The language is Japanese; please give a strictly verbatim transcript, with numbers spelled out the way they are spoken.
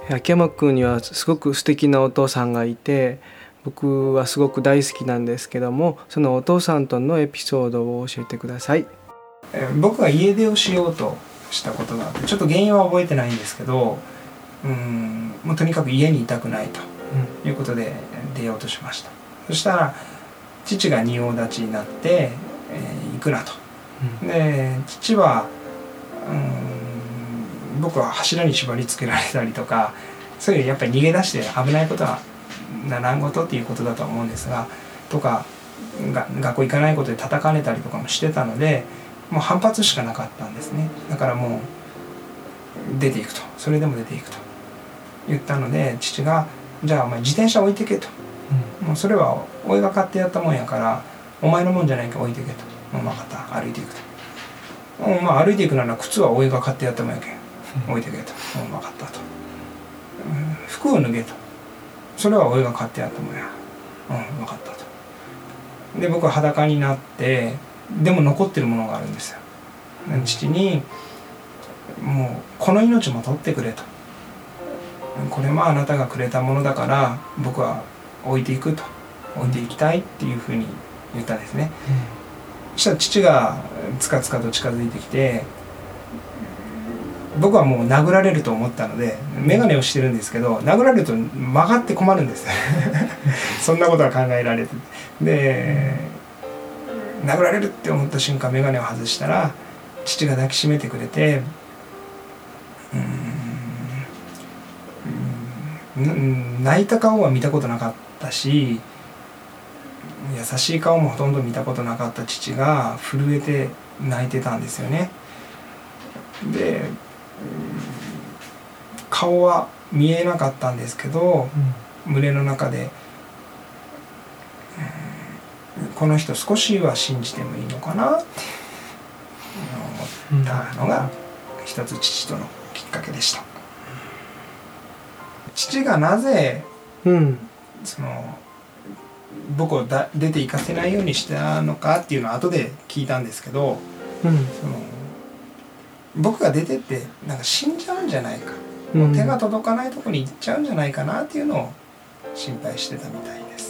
秋山君にはすごく素敵なお父さんがいて、僕はすごく大好きなんですけども、そのお父さんとのエピソードを教えてください。 僕が家出をしようとしたことがあって、ちょっと原因は覚えてないんですけど、うーんもうとにかく家にいたくないということで出ようとしました。そしたら父が仁王立ちになって、えー、行くなと、うん、で父はうーん僕は柱に縛り付けられたりとか、そういうやっぱり逃げ出して危ないことはならんことっていうことだと思うんですが、とかが学校行かないことで叩かれたりとかもしてたので、もう反発しかなかったんですね。だからもう出ていくと、それでも出ていくと言ったので、父がじゃあお前自転車置いてけと、うん、もうそれはおいが買ってやったもんやからお前のもんじゃないから置いてけと、もう分かった、歩いていくと、うん、まあ歩いていくなら靴はおいが買ってやったもんやけん置いてけと、もう分かったと、うん、服を脱げと、それはおいが買ってやったもんや、うん分かったと。で僕は裸になって、でも残ってるものがあるんですよ。父にもうこの命も取ってくれと、これもあなたがくれたものだから僕は置いていくと、置いていきたいっていうふうに言ったんですね、うん、そしたら父がつかつかと近づいてきて、僕はもう殴られると思ったので眼鏡をしてるんですけど、殴られると曲がって困るんですそんなことは考えられて、で殴られるって思った瞬間眼鏡を外したら父が抱きしめてくれて、うーん、うーん泣いた顔は見たことなかったし、優しい顔もほとんど見たことなかった父が震えて泣いてたんですよね。で顔は見えなかったんですけど、うん、胸の中で、うん、この人少しは信じてもいいのかなって思ったのが一つ父とのきっかけでした。父がなぜ、うん、その僕をだ出て行かせないようにしたのかっていうのは後で聞いたんですけど、うん、その僕が出てってなんか死んじゃうんじゃないか、もう手が届かないところに行っちゃうんじゃないかなっていうのを心配してたみたいです。